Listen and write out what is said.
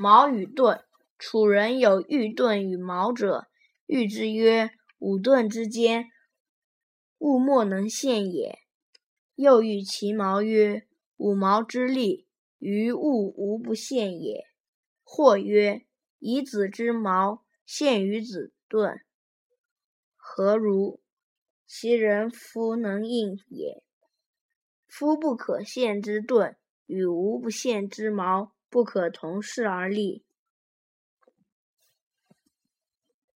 矛与盾。楚人有鬻盾与矛者，喻之曰：五盾之间，物莫能陷也。又喻其矛曰：五矛之利，于物无不陷也。或曰：夷子之矛，陷于子盾，何如？其人弗能应也。夫不可陷之盾，与无不陷之矛，不可同世而立。